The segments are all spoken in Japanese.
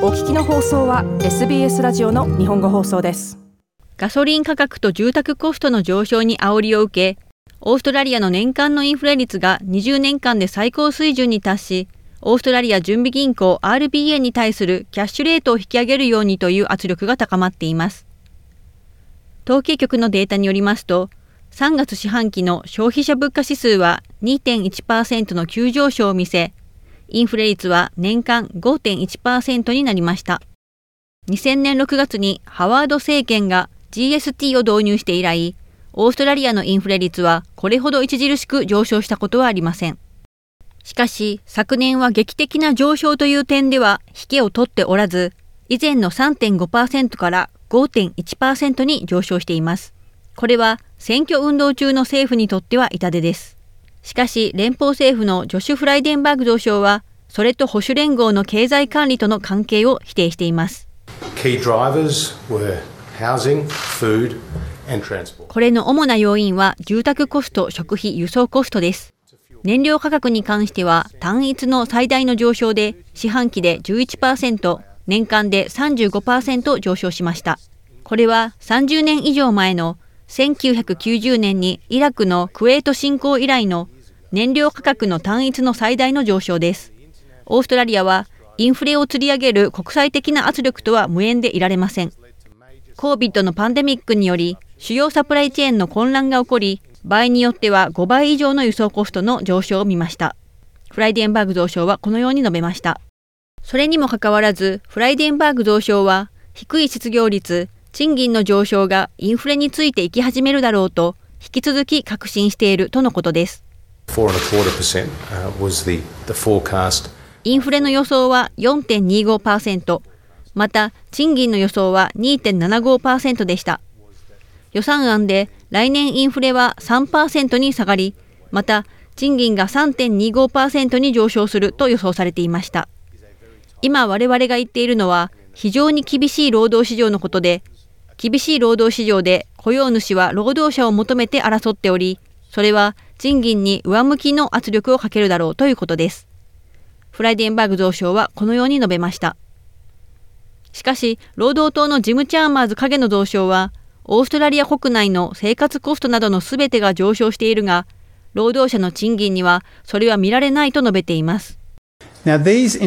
お聞きの放送は SBS ラジオの日本語放送です。 ガソリン価格と住宅コストの上昇に煽りを受け、オーストラリアの年間のインフレ率が20年間で最高水準に達し、オーストラリア準備銀行 RBA に対するキャッシュレートを引き上げるようにという圧力が高まっています。統計局のデータによりますと、3月四半期の消費者物価指数は 2.1% の急上昇を見せ、インフレ率は年間 5.1% になりました。2000年6月にハワード政権が GST を導入して以来、オーストラリアのインフレ率はこれほど著しく上昇したことはありません。しかし、昨年は劇的な上昇という点では引けを取っておらず、以前の 3.5% から 5.1% に上昇しています。これは選挙運動中の政府にとっては痛手です。しかし、連邦政府のジョシュ・フライデンバーグ同相は、それと保守連合の経済管理との関係を否定しています。これの主な要因は住宅コスト、食費、輸送コストです。燃料価格に関しては単一の最大の上昇で四半期で 11%、年間で 35% 上昇しました。これは30年以上前の1990年にイラクのクウェート侵攻以来の燃料価格の単一の最大の上昇です。オーストラリアはインフレを釣り上げる国際的な圧力とは無縁でいられません。COVID のパンデミックにより主要サプライチェーンの混乱が起こり、場合によっては5倍以上の輸送コストの上昇を見ました。フライデンバーグ同相はこのように述べました。それにもかかわらず、フライデンバーグ同相は低い失業率、賃金の上昇がインフレについていき始めるだろうと引き続き確信しているとのことです。インフレの予想は 4.25%、また賃金の予想は 2.75% でした。予算案で来年インフレは 3% に下がり、また賃金が 3.25% に上昇すると予想されていました。今我々が言っているのは非常に厳しい労働市場のことで、厳しい労働市場で雇用主は労働者を求めて争っており、それは賃金に上向きの圧力をかけるだろうということです。フライデンバーグ同相はこのように述べました。しかし、労働党のジム・チャーマーズ影の同相は、オーストラリア国内の生活コストなどのすべてが上昇しているが、労働者の賃金にはそれは見られないと述べています。これら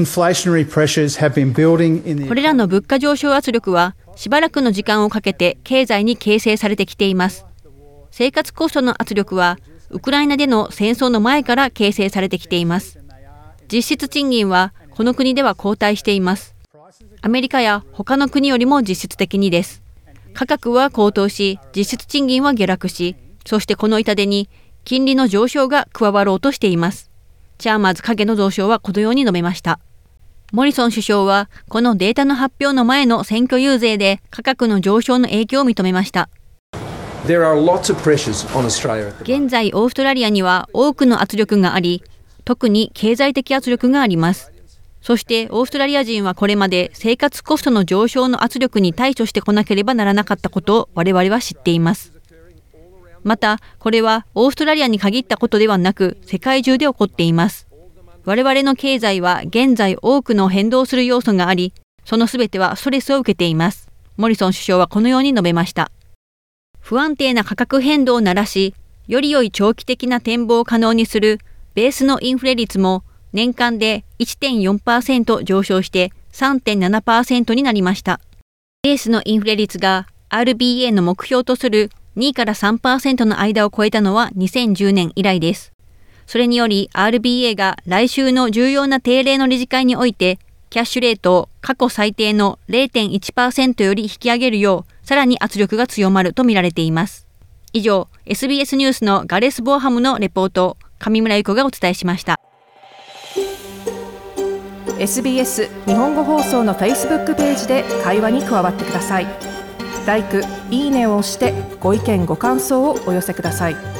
の物価上昇圧力はしばらくの時間をかけて経済に形成されてきています。生活コストの圧力はウクライナでの戦争の前から形成されてきています。実質賃金はこの国では後退しています。アメリカや他の国よりも実質的にです。価格は高騰し、実質賃金は下落し、そしてこの痛手に金利の上昇が加わろうとしています。チャーマーズ影の同相はこのように述べました。モリソン首相はこのデータの発表の前の選挙遊説で価格の上昇の影響を認めました。現在オーストラリアには多くの圧力があり、特に経済的圧力があります。そしてオーストラリア人はこれまで生活コストの上昇の圧力に対処してこなければならなかったことを我々は知っています。また、これはオーストラリアに限ったことではなく、世界中で起こっています。我々の経済は現在多くの変動する要素があり、そのすべてはストレスを受けています。モリソン首相はこのように述べました。不安定な価格変動をならし、より良い長期的な展望を可能にするベースのインフレ率も年間で 1.4% 上昇して 3.7% になりました。ベースのインフレ率が RBA の目標とする2から 3% の間を超えたのは2010年以来です。それにより RBA が来週の重要な定例の理事会において、キャッシュレートを過去最低の 0.1% より引き上げるよう、さらに圧力が強まると見られています。以上、SBS ニュースのガレス・ボーハムのレポートを上村由子がお伝えしました。 SBS 日本語放送の Facebook ページで会話に加わってください。LIKE、いいねを押してご意見ご感想をお寄せください。